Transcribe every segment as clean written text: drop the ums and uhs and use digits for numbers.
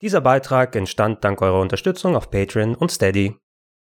Dieser Beitrag entstand dank eurer Unterstützung auf Patreon und Steady.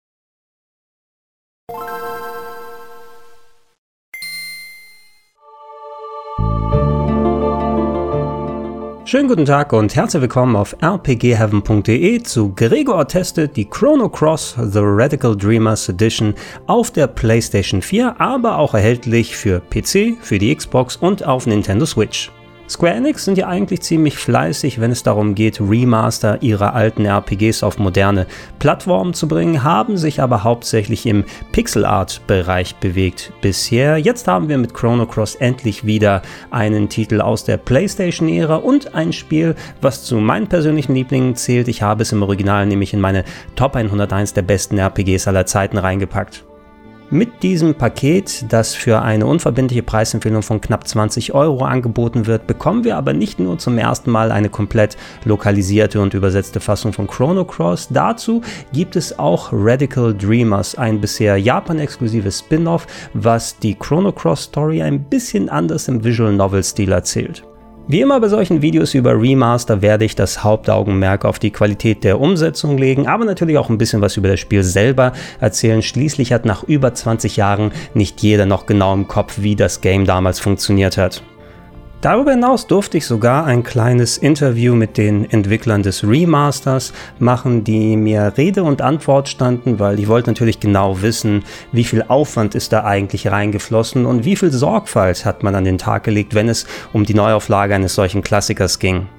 Schönen guten Tag und herzlich willkommen auf rpgheaven.de zu Gregor testet die Chrono Cross The Radical Dreamers Edition auf der PlayStation 4, aber auch erhältlich für PC, für die Xbox und auf Nintendo Switch. Square Enix sind ja eigentlich ziemlich fleißig, wenn es darum geht, Remaster ihrer alten RPGs auf moderne Plattformen zu bringen, haben sich aber hauptsächlich im Pixel-Art-Bereich bewegt bisher. Jetzt haben wir mit Chrono Cross endlich wieder einen Titel aus der PlayStation-Ära und ein Spiel, was zu meinen persönlichen Lieblingen zählt. Ich habe es im Original nämlich in meine Top 101 der besten RPGs aller Zeiten reingepackt. Mit diesem Paket, das für eine unverbindliche Preisempfehlung von knapp 20 € angeboten wird, bekommen wir aber nicht nur zum ersten Mal eine komplett lokalisierte und übersetzte Fassung von Chrono Cross. Dazu gibt es auch Radical Dreamers, ein bisher Japan-exklusives Spin-off, was die Chrono Cross Story ein bisschen anders im Visual Novel-Stil erzählt. Wie immer bei solchen Videos über Remaster werde ich das Hauptaugenmerk auf die Qualität der Umsetzung legen, aber natürlich auch ein bisschen was über das Spiel selber erzählen. Schließlich hat nach über 20 Jahren nicht jeder noch genau im Kopf, wie das Game damals funktioniert hat. Darüber hinaus durfte ich sogar ein kleines Interview mit den Entwicklern des Remasters machen, die mir Rede und Antwort standen, weil ich wollte natürlich genau wissen, wie viel Aufwand ist da eigentlich reingeflossen und wie viel Sorgfalt hat man an den Tag gelegt, wenn es um die Neuauflage eines solchen Klassikers ging.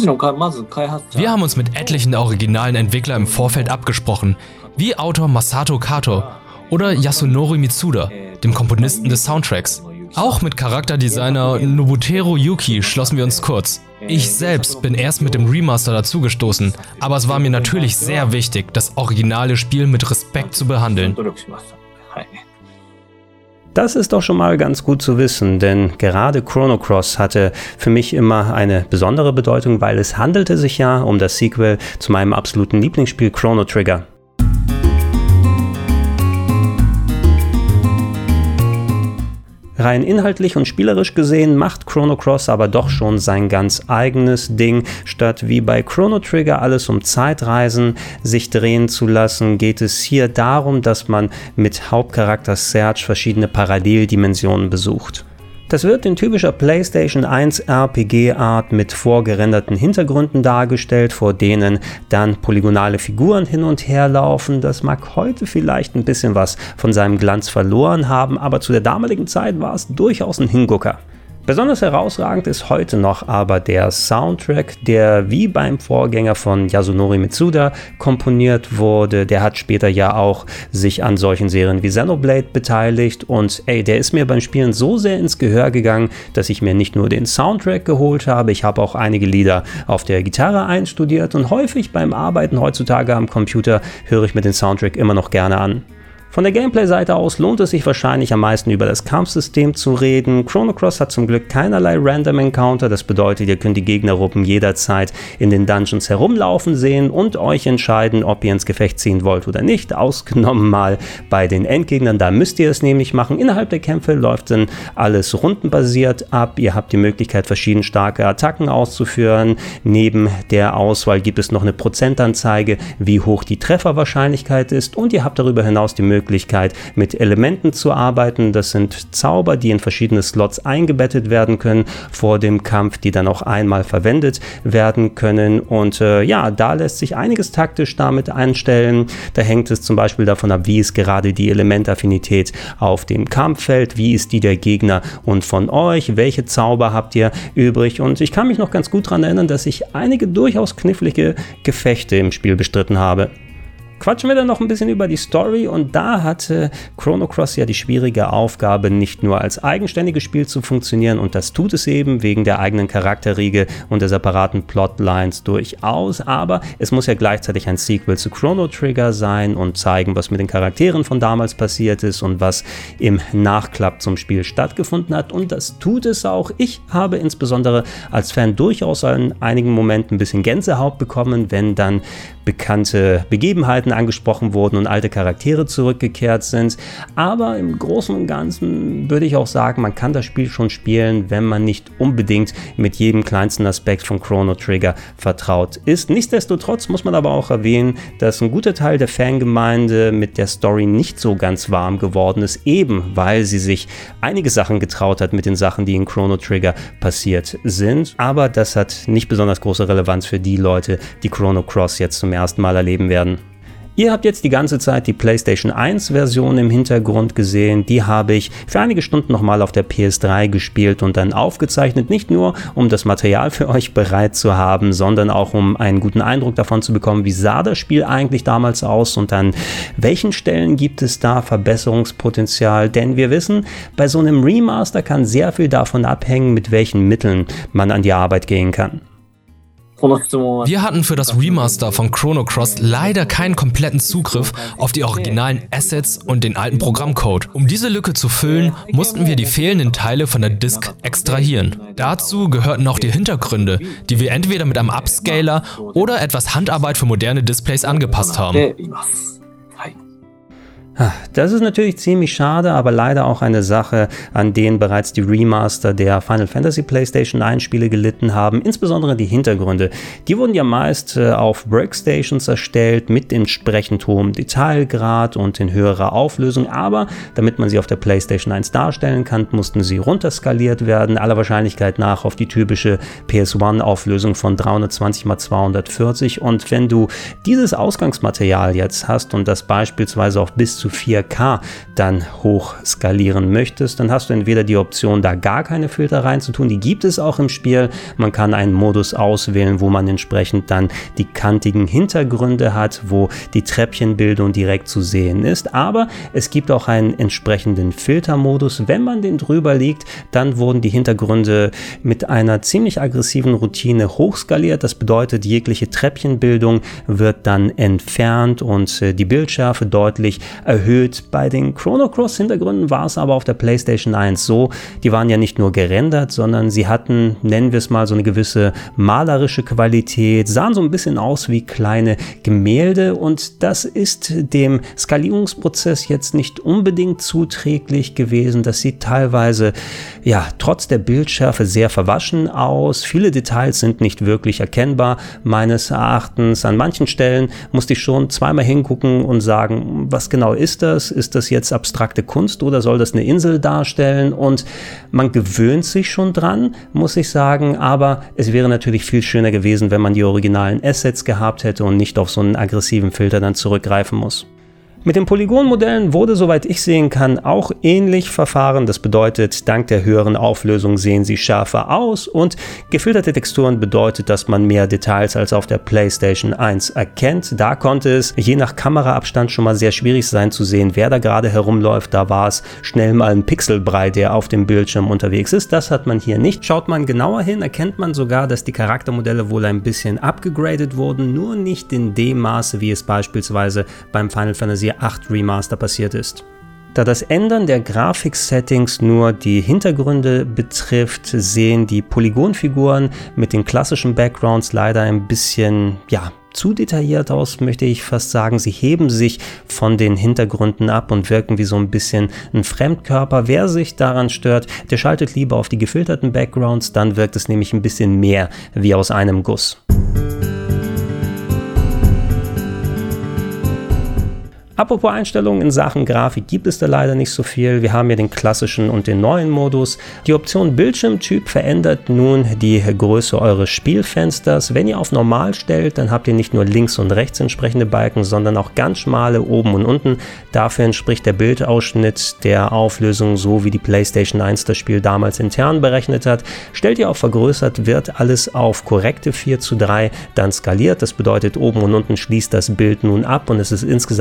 Wir haben uns mit etlichen originalen Entwicklern im Vorfeld abgesprochen, wie Autor Masato Kato oder Yasunori Mitsuda, dem Komponisten des Soundtracks. Auch mit Charakterdesigner Nobuteru Yuki schlossen wir uns kurz. Ich selbst bin erst mit dem Remaster dazugestoßen, aber es war mir natürlich sehr wichtig, das originale Spiel mit Respekt zu behandeln. Das ist doch schon mal ganz gut zu wissen, denn gerade Chrono Cross hatte für mich immer eine besondere Bedeutung, weil es handelte sich ja um das Sequel zu meinem absoluten Lieblingsspiel Chrono Trigger. Rein inhaltlich und spielerisch gesehen macht Chrono Cross aber doch schon sein ganz eigenes Ding. Statt wie bei Chrono Trigger alles um Zeitreisen sich drehen zu lassen, geht es hier darum, dass man mit Hauptcharakter Serge verschiedene Paralleldimensionen besucht. Das wird in typischer PlayStation 1 RPG-Art mit vorgerenderten Hintergründen dargestellt, vor denen dann polygonale Figuren hin und her laufen. Das mag heute vielleicht ein bisschen was von seinem Glanz verloren haben, aber zu der damaligen Zeit war es durchaus ein Hingucker. Besonders herausragend ist heute noch aber der Soundtrack, der wie beim Vorgänger von Yasunori Mitsuda komponiert wurde. Der hat später ja auch sich an solchen Serien wie Xenoblade beteiligt und der ist mir beim Spielen so sehr ins Gehör gegangen, dass ich mir nicht nur den Soundtrack geholt habe, ich habe auch einige Lieder auf der Gitarre einstudiert und häufig beim Arbeiten heutzutage am Computer höre ich mir den Soundtrack immer noch gerne an. Von der Gameplay-Seite aus lohnt es sich wahrscheinlich am meisten über das Kampfsystem zu reden. Chrono Cross hat zum Glück keinerlei Random Encounter, das bedeutet, ihr könnt die Gegnergruppen jederzeit in den Dungeons herumlaufen sehen und euch entscheiden, ob ihr ins Gefecht ziehen wollt oder nicht, ausgenommen mal bei den Endgegnern, da müsst ihr es nämlich machen. Innerhalb der Kämpfe läuft dann alles rundenbasiert ab, ihr habt die Möglichkeit, verschieden starke Attacken auszuführen. Neben der Auswahl gibt es noch eine Prozentanzeige, wie hoch die Trefferwahrscheinlichkeit ist und ihr habt darüber hinaus die Möglichkeit, mit Elementen zu arbeiten. Das sind Zauber, die in verschiedene Slots eingebettet werden können vor dem Kampf, die dann auch einmal verwendet werden können. Und da lässt sich einiges taktisch damit einstellen. Da hängt es zum Beispiel davon ab, wie ist gerade die Elementaffinität auf dem Kampffeld, wie ist die der Gegner und von euch, welche Zauber habt ihr übrig. Und ich kann mich noch ganz gut daran erinnern, dass ich einige durchaus knifflige Gefechte im Spiel bestritten habe. Quatschen wir dann noch ein bisschen über die Story und da hatte Chrono Cross ja die schwierige Aufgabe, nicht nur als eigenständiges Spiel zu funktionieren und das tut es eben wegen der eigenen Charakterriege und der separaten Plotlines durchaus, aber es muss ja gleichzeitig ein Sequel zu Chrono Trigger sein und zeigen, was mit den Charakteren von damals passiert ist und was im Nachklapp zum Spiel stattgefunden hat und das tut es auch. Ich habe insbesondere als Fan durchaus in einigen Momenten ein bisschen Gänsehaut bekommen, wenn dann bekannte Begebenheiten Welten angesprochen wurden und alte Charaktere zurückgekehrt sind. Aber im Großen und Ganzen würde ich auch sagen, man kann das Spiel schon spielen, wenn man nicht unbedingt mit jedem kleinsten Aspekt von Chrono Trigger vertraut ist. Nichtsdestotrotz muss man aber auch erwähnen, dass ein guter Teil der Fangemeinde mit der Story nicht so ganz warm geworden ist, eben weil sie sich einige Sachen getraut hat mit den Sachen, die in Chrono Trigger passiert sind. Aber das hat nicht besonders große Relevanz für die Leute, die Chrono Cross jetzt zum ersten Mal erleben werden. Ihr habt jetzt die ganze Zeit die PlayStation 1 Version im Hintergrund gesehen. Die habe ich für einige Stunden nochmal auf der PS3 gespielt und dann aufgezeichnet. Nicht nur, um das Material für euch bereit zu haben, sondern auch, um einen guten Eindruck davon zu bekommen, wie sah das Spiel eigentlich damals aus und an welchen Stellen gibt es da Verbesserungspotenzial. Denn wir wissen, bei so einem Remaster kann sehr viel davon abhängen, mit welchen Mitteln man an die Arbeit gehen kann. Wir hatten für das Remaster von Chrono Cross leider keinen kompletten Zugriff auf die originalen Assets und den alten Programmcode. Um diese Lücke zu füllen, mussten wir die fehlenden Teile von der Disk extrahieren. Dazu gehörten auch die Hintergründe, die wir entweder mit einem Upscaler oder etwas Handarbeit für moderne Displays angepasst haben. Das ist natürlich ziemlich schade, aber leider auch eine Sache, an denen bereits die Remaster der Final Fantasy PlayStation 1 Spiele gelitten haben, insbesondere die Hintergründe. Die wurden ja meist auf Workstations erstellt mit entsprechend hohem Detailgrad und in höherer Auflösung, aber damit man sie auf der PlayStation 1 darstellen kann, mussten sie runterskaliert werden, aller Wahrscheinlichkeit nach auf die typische PS1-Auflösung von 320x240, und wenn du dieses Ausgangsmaterial jetzt hast und das beispielsweise auf bis zu 4K dann hoch skalieren möchtest, dann hast du entweder die Option, da gar keine Filter reinzutun, die gibt es auch im Spiel. Man kann einen Modus auswählen, wo man entsprechend dann die kantigen Hintergründe hat, wo die Treppchenbildung direkt zu sehen ist, aber es gibt auch einen entsprechenden Filtermodus. Wenn man den drüber liegt, dann wurden die Hintergründe mit einer ziemlich aggressiven Routine hochskaliert. Das bedeutet, jegliche Treppchenbildung wird dann entfernt und die Bildschärfe deutlich erhöht. Bei den Chrono Cross Hintergründen war es aber auf der PlayStation 1 so, die waren ja nicht nur gerendert, sondern sie hatten, nennen wir es mal, so eine gewisse malerische Qualität, sahen so ein bisschen aus wie kleine Gemälde, und das ist dem Skalierungsprozess jetzt nicht unbedingt zuträglich gewesen. Das sieht teilweise, ja, trotz der Bildschärfe sehr verwaschen aus. Viele Details sind nicht wirklich erkennbar, meines Erachtens. An manchen Stellen musste ich schon zweimal hingucken und sagen, was genau ist das? Ist das jetzt abstrakte Kunst oder soll das eine Insel darstellen? Und man gewöhnt sich schon dran, muss ich sagen, aber es wäre natürlich viel schöner gewesen, wenn man die originalen Assets gehabt hätte und nicht auf so einen aggressiven Filter dann zurückgreifen muss. Mit den Polygonmodellen wurde, soweit ich sehen kann, auch ähnlich verfahren. Das bedeutet, dank der höheren Auflösung sehen sie schärfer aus, und gefilterte Texturen bedeutet, dass man mehr Details als auf der PlayStation 1 erkennt. Da konnte es je nach Kameraabstand schon mal sehr schwierig sein zu sehen, wer da gerade herumläuft. Da war es schnell mal ein Pixelbrei, der auf dem Bildschirm unterwegs ist. Das hat man hier nicht. Schaut man genauer hin, erkennt man sogar, dass die Charaktermodelle wohl ein bisschen abgegradet wurden, nur nicht in dem Maße, wie es beispielsweise beim Final Fantasy 8 Remaster passiert ist. Da das Ändern der Grafik-Settings nur die Hintergründe betrifft, sehen die Polygonfiguren mit den klassischen Backgrounds leider ein bisschen, ja, zu detailliert aus, möchte ich fast sagen. Sie heben sich von den Hintergründen ab und wirken wie so ein bisschen ein Fremdkörper. Wer sich daran stört, der schaltet lieber auf die gefilterten Backgrounds, dann wirkt es nämlich ein bisschen mehr wie aus einem Guss. Apropos Einstellungen in Sachen Grafik gibt es da leider nicht so viel. Wir haben hier den klassischen und den neuen Modus. Die Option Bildschirmtyp verändert nun die Größe eures Spielfensters. Wenn ihr auf Normal stellt, dann habt ihr nicht nur links und rechts entsprechende Balken, sondern auch ganz schmale oben und unten. Dafür entspricht der Bildausschnitt der Auflösung so, wie die PlayStation 1 das Spiel damals intern berechnet hat. Stellt ihr auf vergrößert, wird alles auf korrekte 4:3 dann skaliert. Das bedeutet, oben und unten schließt das Bild nun ab und es ist insgesamt ein bisschen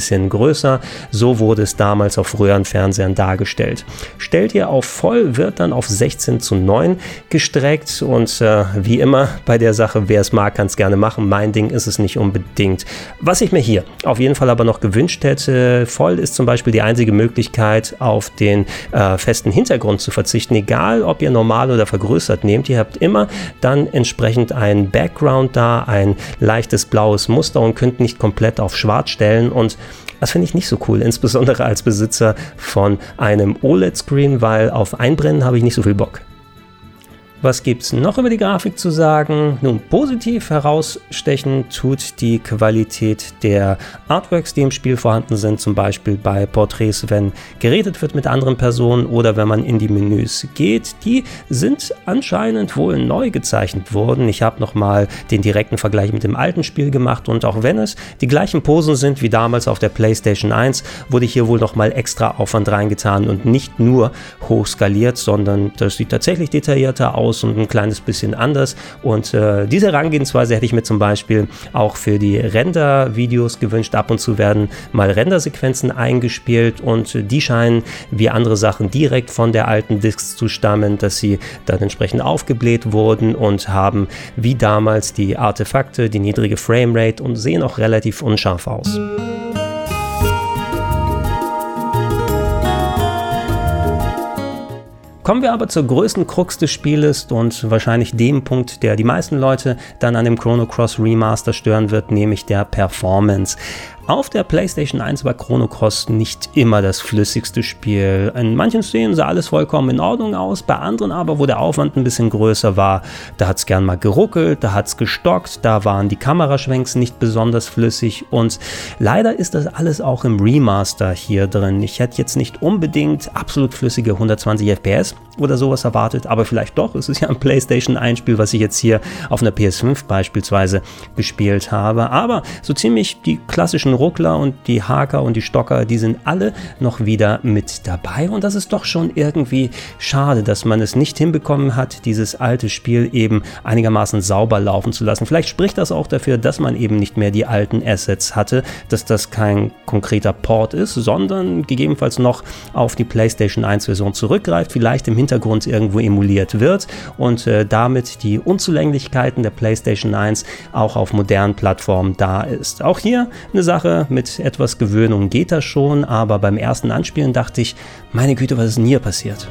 bisschen größer. So wurde es damals auf Röhrenfernsehern dargestellt. Stellt ihr auf voll, wird dann auf 16:9 gestreckt und wie immer bei der Sache, wer es mag, kann es gerne machen. Mein Ding ist es nicht unbedingt. Was ich mir hier auf jeden Fall aber noch gewünscht hätte, voll ist zum Beispiel die einzige Möglichkeit, auf den festen Hintergrund zu verzichten, egal ob ihr normal oder vergrößert nehmt. Ihr habt immer dann entsprechend einen Background da, ein leichtes blaues Muster und könnt nicht komplett auf schwarz stellen und das finde ich nicht so cool, insbesondere als Besitzer von einem OLED-Screen, weil auf Einbrennen habe ich nicht so viel Bock. Was gibt es noch über die Grafik zu sagen? Nun, positiv herausstechen tut die Qualität der Artworks, die im Spiel vorhanden sind, zum Beispiel bei Porträts, wenn geredet wird mit anderen Personen oder wenn man in die Menüs geht. Die sind anscheinend wohl neu gezeichnet worden. Ich habe nochmal den direkten Vergleich mit dem alten Spiel gemacht und auch wenn es die gleichen Posen sind wie damals auf der PlayStation 1, wurde hier wohl nochmal extra Aufwand reingetan und nicht nur hochskaliert, sondern das sieht tatsächlich detaillierter aus und ein kleines bisschen anders und diese Herangehensweise hätte ich mir zum Beispiel auch für die Render-Videos gewünscht. Ab und zu werden mal Rendersequenzen eingespielt und die scheinen wie andere Sachen direkt von der alten Disc zu stammen, dass sie dann entsprechend aufgebläht wurden und haben wie damals die Artefakte, die niedrige Framerate und sehen auch relativ unscharf aus. Kommen wir aber zur größten Krux des Spieles und wahrscheinlich dem Punkt, der die meisten Leute dann an dem Chrono Cross Remaster stören wird, nämlich der Performance. Auf der PlayStation 1 war Chrono Cross nicht immer das flüssigste Spiel. In manchen Szenen sah alles vollkommen in Ordnung aus, bei anderen aber, wo der Aufwand ein bisschen größer war, da hat es gern mal geruckelt, da hat es gestockt, da waren die Kameraschwenks nicht besonders flüssig und leider ist das alles auch im Remaster hier drin. Ich hätte jetzt nicht unbedingt absolut flüssige 120 FPS oder sowas erwartet, aber vielleicht doch. Es ist ja ein PlayStation 1 Spiel, was ich jetzt hier auf einer PS5 beispielsweise gespielt habe, aber so ziemlich die klassischen Ruckler und die Haker und die Stocker, die sind alle noch wieder mit dabei und das ist doch schon irgendwie schade, dass man es nicht hinbekommen hat, dieses alte Spiel eben einigermaßen sauber laufen zu lassen. Vielleicht spricht das auch dafür, dass man eben nicht mehr die alten Assets hatte, dass das kein konkreter Port ist, sondern gegebenenfalls noch auf die PlayStation 1 Version zurückgreift, vielleicht im Hintergrund irgendwo emuliert wird und damit die Unzulänglichkeiten der PlayStation 1 auch auf modernen Plattformen da ist. Auch hier eine Sache, mit etwas Gewöhnung geht das schon, aber beim ersten Anspielen dachte ich, meine Güte, was ist denn hier passiert?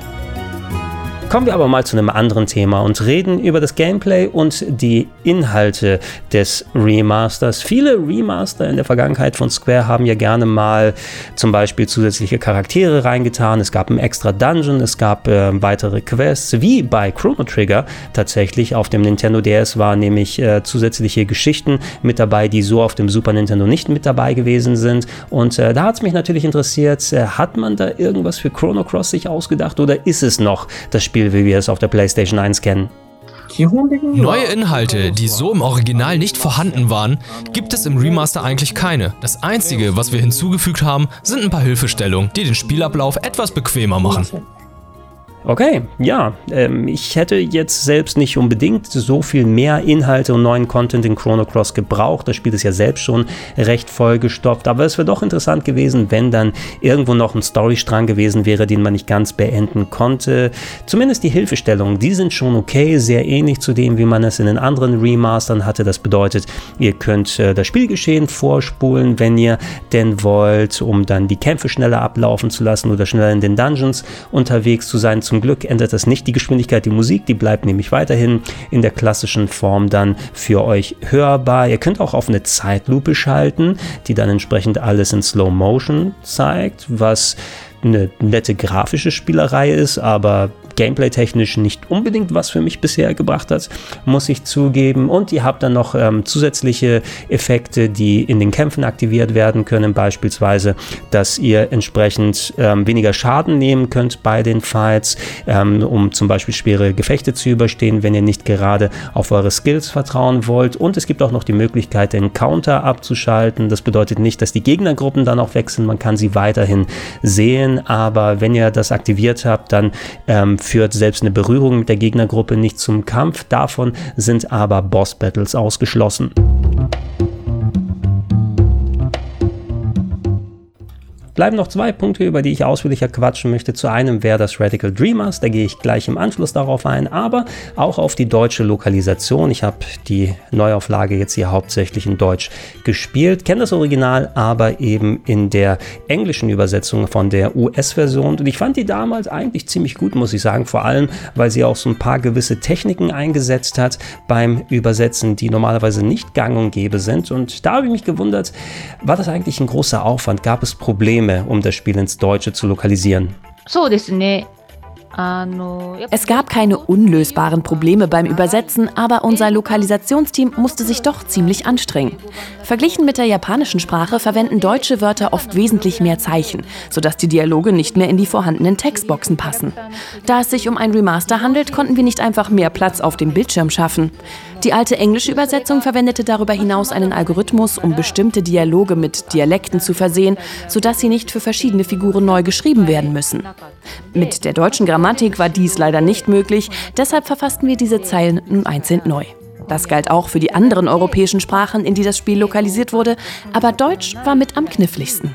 Kommen wir aber mal zu einem anderen Thema und reden über das Gameplay und die Inhalte des Remasters. Viele Remaster in der Vergangenheit von Square haben ja gerne mal zum Beispiel zusätzliche Charaktere reingetan. Es gab einen extra Dungeon, es gab weitere Quests, wie bei Chrono Trigger tatsächlich auf dem Nintendo DS war nämlich zusätzliche Geschichten mit dabei, die so auf dem Super Nintendo nicht mit dabei gewesen sind. Und da hat es mich natürlich interessiert, hat man da irgendwas für Chrono Cross sich ausgedacht oder ist es noch das Spiel, wie wir es auf der PlayStation 1 kennen? Neue Inhalte, die so im Original nicht vorhanden waren, gibt es im Remaster eigentlich keine. Das Einzige, was wir hinzugefügt haben, sind ein paar Hilfestellungen, die den Spielablauf etwas bequemer machen. Okay, ja, ich hätte jetzt selbst nicht unbedingt so viel mehr Inhalte und neuen Content in Chrono Cross gebraucht. Das Spiel ist ja selbst schon recht vollgestopft, aber es wäre doch interessant gewesen, wenn dann irgendwo noch ein Storystrang gewesen wäre, den man nicht ganz beenden konnte. Zumindest die Hilfestellungen, die sind schon okay, sehr ähnlich zu dem, wie man es in den anderen Remastern hatte. Das bedeutet, ihr könnt das Spielgeschehen vorspulen, wenn ihr denn wollt, um dann die Kämpfe schneller ablaufen zu lassen oder schneller in den Dungeons unterwegs zu sein. Zum Glück ändert das nicht die Geschwindigkeit, die Musik, die bleibt nämlich weiterhin in der klassischen Form dann für euch hörbar. Ihr könnt auch auf eine Zeitlupe schalten, die dann entsprechend alles in Slow Motion zeigt, was eine nette grafische Spielerei ist, aber gameplay-technisch nicht unbedingt was für mich bisher gebracht hat, muss ich zugeben. Und ihr habt dann noch zusätzliche Effekte, die in den Kämpfen aktiviert werden können, beispielsweise, dass ihr entsprechend weniger Schaden nehmen könnt bei den Fights, um zum Beispiel schwere Gefechte zu überstehen, wenn ihr nicht gerade auf eure Skills vertrauen wollt. Und es gibt auch noch die Möglichkeit, den Counter abzuschalten. Das bedeutet nicht, dass die Gegnergruppen dann auch wechseln, man kann sie weiterhin sehen, aber wenn ihr das aktiviert habt, dann führt selbst eine Berührung mit der Gegnergruppe nicht zum Kampf. Davon sind aber Boss-Battles ausgeschlossen. Bleiben noch 2 Punkte, über die ich ausführlicher quatschen möchte. Zu einem wäre das Radical Dreamers, da gehe ich gleich im Anschluss darauf ein, aber auch auf die deutsche Lokalisation. Ich habe die Neuauflage jetzt hier hauptsächlich in Deutsch gespielt, kenne das Original, aber eben in der englischen Übersetzung von der US-Version. Und ich fand die damals eigentlich ziemlich gut, muss ich sagen, vor allem, weil sie auch so ein paar gewisse Techniken eingesetzt hat beim Übersetzen, die normalerweise nicht gang und gäbe sind. Und da habe ich mich gewundert, war das eigentlich ein großer Aufwand? Gab es Probleme, um das Spiel ins Deutsche zu lokalisieren? Es gab keine unlösbaren Probleme beim Übersetzen, aber unser Lokalisationsteam musste sich doch ziemlich anstrengen. Verglichen mit der japanischen Sprache verwenden deutsche Wörter oft wesentlich mehr Zeichen, sodass die Dialoge nicht mehr in die vorhandenen Textboxen passen. Da es sich um ein Remaster handelt, konnten wir nicht einfach mehr Platz auf dem Bildschirm schaffen. Die alte englische Übersetzung verwendete darüber hinaus einen Algorithmus, um bestimmte Dialoge mit Dialekten zu versehen, sodass sie nicht für verschiedene Figuren neu geschrieben werden müssen. Mit der deutschen Grammatik war dies leider nicht möglich, deshalb verfassten wir diese Zeilen nun einzeln neu. Das galt auch für die anderen europäischen Sprachen, in die das Spiel lokalisiert wurde, aber Deutsch war mit am kniffligsten.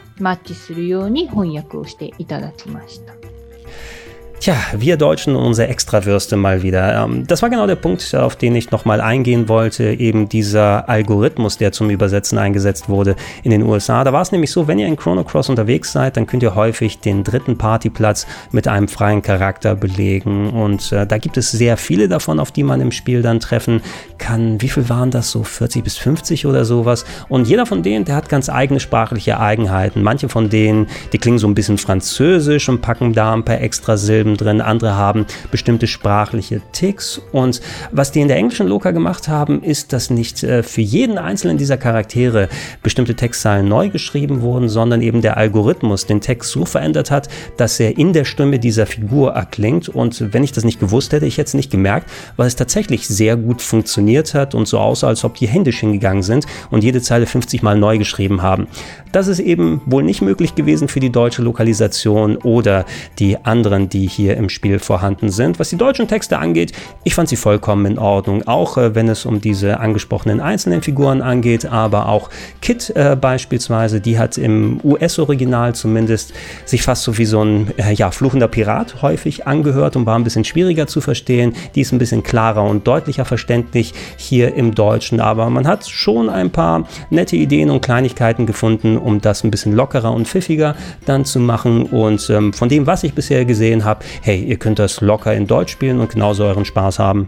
Tja, wir Deutschen und unsere Extrawürste mal wieder. Das war genau der Punkt, auf den ich nochmal eingehen wollte, eben dieser Algorithmus, der zum Übersetzen eingesetzt wurde in den USA. Da war es nämlich so, wenn ihr in Chrono Cross unterwegs seid, dann könnt ihr häufig den 3. Partyplatz mit einem freien Charakter belegen und da gibt es sehr viele davon, auf die man im Spiel dann treffen kann. Wie viel waren das? So 40 bis 50 oder sowas. Und jeder von denen, der hat ganz eigene sprachliche Eigenheiten. Manche von denen, die klingen so ein bisschen französisch und packen da ein paar extra Silben drin, andere haben bestimmte sprachliche Ticks und was die in der englischen Loka gemacht haben, ist, dass nicht für jeden einzelnen dieser Charaktere bestimmte Textzeilen neu geschrieben wurden, sondern eben der Algorithmus den Text so verändert hat, dass er in der Stimme dieser Figur erklingt und wenn ich das nicht gewusst hätte, ich hätte es nicht gemerkt, weil es tatsächlich sehr gut funktioniert hat und so aussah, als ob die händisch hingegangen sind und jede Zeile 50 Mal neu geschrieben haben. Das ist eben wohl nicht möglich gewesen für die deutsche Lokalisation oder die anderen, die hier im Spiel vorhanden sind. Was die deutschen Texte angeht, ich fand sie vollkommen in Ordnung, auch wenn es um diese angesprochenen einzelnen Figuren angeht, aber auch Kit beispielsweise, die hat im US-Original zumindest sich fast so wie so ein fluchender Pirat häufig angehört und war ein bisschen schwieriger zu verstehen. Die ist ein bisschen klarer und deutlicher verständlich hier im Deutschen, aber man hat schon ein paar nette Ideen und Kleinigkeiten gefunden, um das ein bisschen lockerer und pfiffiger dann zu machen und von dem, was ich bisher gesehen habe, hey, ihr könnt das locker in Deutsch spielen und genauso euren Spaß haben.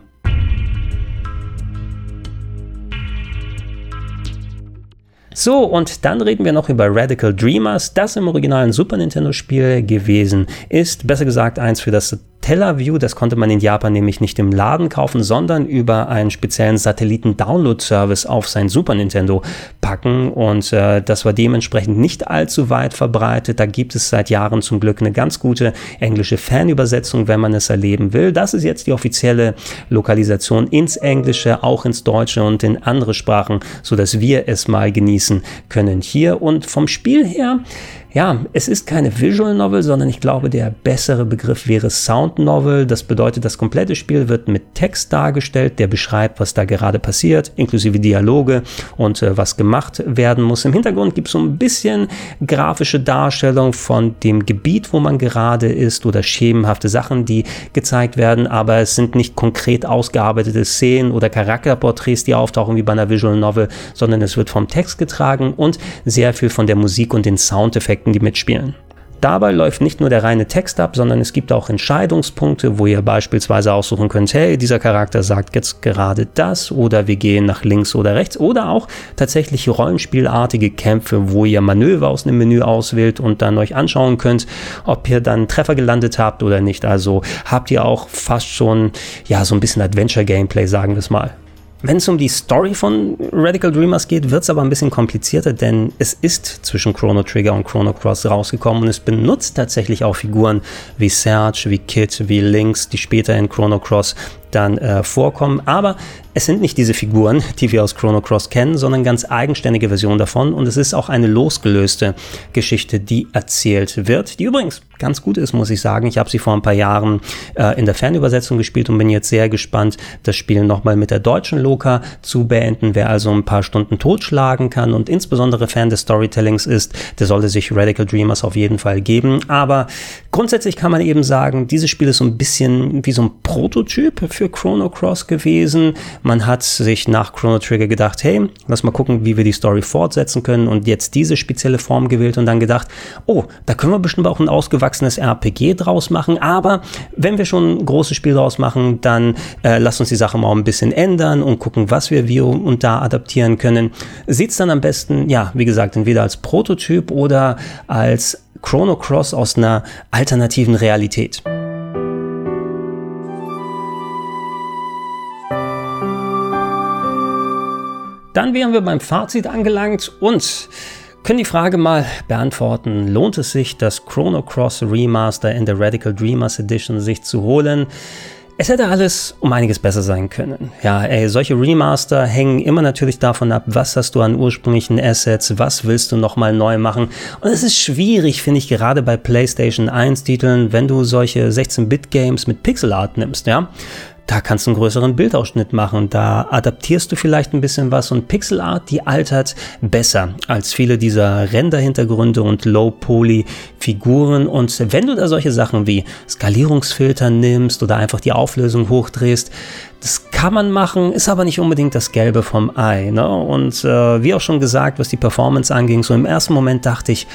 So, und dann reden wir noch über Radical Dreamers, das im originalen Super Nintendo-Spiel gewesen ist. Besser gesagt, eins für das Teleview, das konnte man in Japan nämlich nicht im Laden kaufen, sondern über einen speziellen Satelliten-Download-Service auf sein Super Nintendo packen und das war dementsprechend nicht allzu weit verbreitet. Da gibt es seit Jahren zum Glück eine ganz gute englische Fanübersetzung, wenn man es erleben will. Das ist jetzt die offizielle Lokalisation ins Englische, auch ins Deutsche und in andere Sprachen, sodass wir es mal genießen können hier. Und vom Spiel her, ja, es ist keine Visual Novel, sondern ich glaube, der bessere Begriff wäre Sound Novel. Das bedeutet, das komplette Spiel wird mit Text dargestellt, der beschreibt, was da gerade passiert, inklusive Dialoge und was gemacht werden muss. Im Hintergrund gibt es so ein bisschen grafische Darstellung von dem Gebiet, wo man gerade ist oder schemenhafte Sachen, die gezeigt werden, aber es sind nicht konkret ausgearbeitete Szenen oder Charakterporträts, die auftauchen wie bei einer Visual Novel, sondern es wird vom Text getragen und sehr viel von der Musik und den Soundeffekten, die mitspielen. Dabei läuft nicht nur der reine Text ab, sondern es gibt auch Entscheidungspunkte, wo ihr beispielsweise aussuchen könnt, hey, dieser Charakter sagt jetzt gerade das oder wir gehen nach links oder rechts oder auch tatsächlich rollenspielartige Kämpfe, wo ihr Manöver aus einem Menü auswählt und dann euch anschauen könnt, ob ihr dann Treffer gelandet habt oder nicht. Also habt ihr auch fast schon, ja, so ein bisschen Adventure-Gameplay, sagen wir es mal. Wenn es um die Story von Radical Dreamers geht, wird es aber ein bisschen komplizierter, denn es ist zwischen Chrono Trigger und Chrono Cross rausgekommen und es benutzt tatsächlich auch Figuren wie Serge, wie Kit, wie Lynx, die später in Chrono Cross dann vorkommen. Aber es sind nicht diese Figuren, die wir aus Chrono Cross kennen, sondern ganz eigenständige Versionen davon. Und es ist auch eine losgelöste Geschichte, die erzählt wird, die übrigens ganz gut ist, muss ich sagen. Ich habe sie vor ein paar Jahren in der Fernübersetzung gespielt und bin jetzt sehr gespannt, das Spiel nochmal mit der deutschen Loka zu beenden. Wer also ein paar Stunden totschlagen kann und insbesondere Fan des Storytellings ist, der sollte sich Radical Dreamers auf jeden Fall geben. Aber grundsätzlich kann man eben sagen, dieses Spiel ist so ein bisschen wie so ein Prototyp für Chrono Cross gewesen. Man hat sich nach Chrono Trigger gedacht, hey, lass mal gucken, wie wir die Story fortsetzen können und jetzt diese spezielle Form gewählt und dann gedacht, oh, da können wir bestimmt auch ein ausgewachsenes RPG draus machen, aber wenn wir schon ein großes Spiel draus machen, dann lass uns die Sache mal ein bisschen ändern und gucken, was wir hier und da adaptieren können. Sieht's dann am besten, ja, wie gesagt, entweder als Prototyp oder als Chrono Cross aus einer alternativen Realität. Dann wären wir beim Fazit angelangt und können die Frage mal beantworten, lohnt es sich, das Chrono Cross Remaster in der Radical Dreamers Edition sich zu holen? Es hätte alles um einiges besser sein können. Ja, solche Remaster hängen immer natürlich davon ab, was hast du an ursprünglichen Assets, was willst du nochmal neu machen. Und es ist schwierig, finde ich, gerade bei PlayStation 1 Titeln, wenn du solche 16-Bit-Games mit Pixelart nimmst, ja. Da kannst du einen größeren Bildausschnitt machen, da adaptierst du vielleicht ein bisschen was und Pixelart, die altert besser als viele dieser Render-Hintergründe und Low-Poly-Figuren. Und wenn du da solche Sachen wie Skalierungsfilter nimmst oder einfach die Auflösung hochdrehst, das kann man machen, ist aber nicht unbedingt das Gelbe vom Ei, ne? Und wie auch schon gesagt, was die Performance anging, so im ersten Moment dachte ich,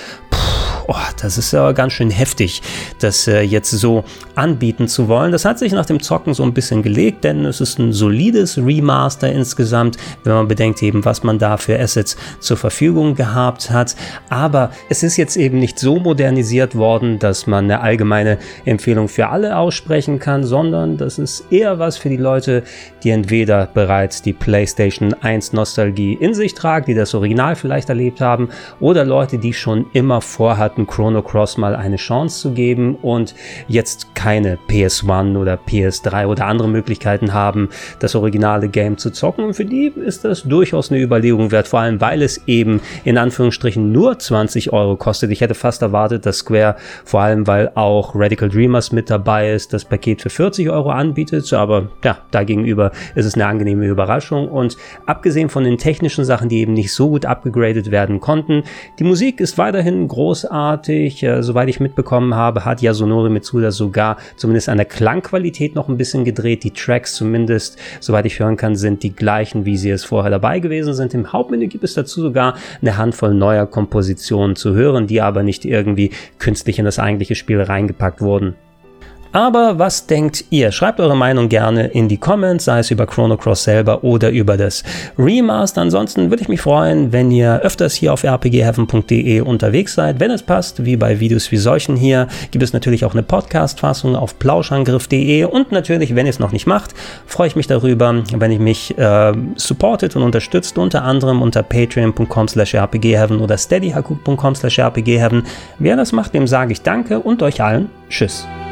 das ist ja ganz schön heftig, das jetzt so anbieten zu wollen. Das hat sich nach dem Zocken so ein bisschen gelegt, denn es ist ein solides Remaster insgesamt, wenn man bedenkt eben, was man da für Assets zur Verfügung gehabt hat. Aber es ist jetzt eben nicht so modernisiert worden, dass man eine allgemeine Empfehlung für alle aussprechen kann, sondern das ist eher was für die Leute, die entweder bereits die PlayStation 1 Nostalgie in sich tragen, die das Original vielleicht erlebt haben, oder Leute, die schon immer vorhatten, Chrono Cross mal eine Chance zu geben und jetzt keine PS1 oder PS3 oder andere Möglichkeiten haben, das originale Game zu zocken. Und für die ist das durchaus eine Überlegung wert, vor allem weil es eben in Anführungsstrichen nur 20 € kostet. Ich hätte fast erwartet, dass Square, vor allem weil auch Radical Dreamers mit dabei ist, das Paket für 40 € anbietet, aber ja, dagegenüber ist es eine angenehme Überraschung. Und abgesehen von den technischen Sachen, die eben nicht so gut abgegradet werden konnten, die Musik ist weiterhin großartig. Soweit ich mitbekommen habe, hat Yasunori Mitsuda sogar zumindest an der Klangqualität noch ein bisschen gedreht. Die Tracks zumindest, soweit ich hören kann, sind die gleichen, wie sie es vorher dabei gewesen sind. Im Hauptmenü gibt es dazu sogar eine Handvoll neuer Kompositionen zu hören, die aber nicht irgendwie künstlich in das eigentliche Spiel reingepackt wurden. Aber was denkt ihr? Schreibt eure Meinung gerne in die Comments, sei es über Chrono Cross selber oder über das Remaster. Ansonsten würde ich mich freuen, wenn ihr öfters hier auf rpgheaven.de unterwegs seid. Wenn es passt, wie bei Videos wie solchen hier, gibt es natürlich auch eine Podcast-Fassung auf plauschangriff.de und natürlich, wenn ihr es noch nicht macht, freue ich mich darüber, wenn ihr mich supportet und unterstützt, unter anderem unter patreon.com/rpgheaven oder steadyhaku.com/rpgheaven. Wer das macht, dem sage ich Danke und euch allen Tschüss.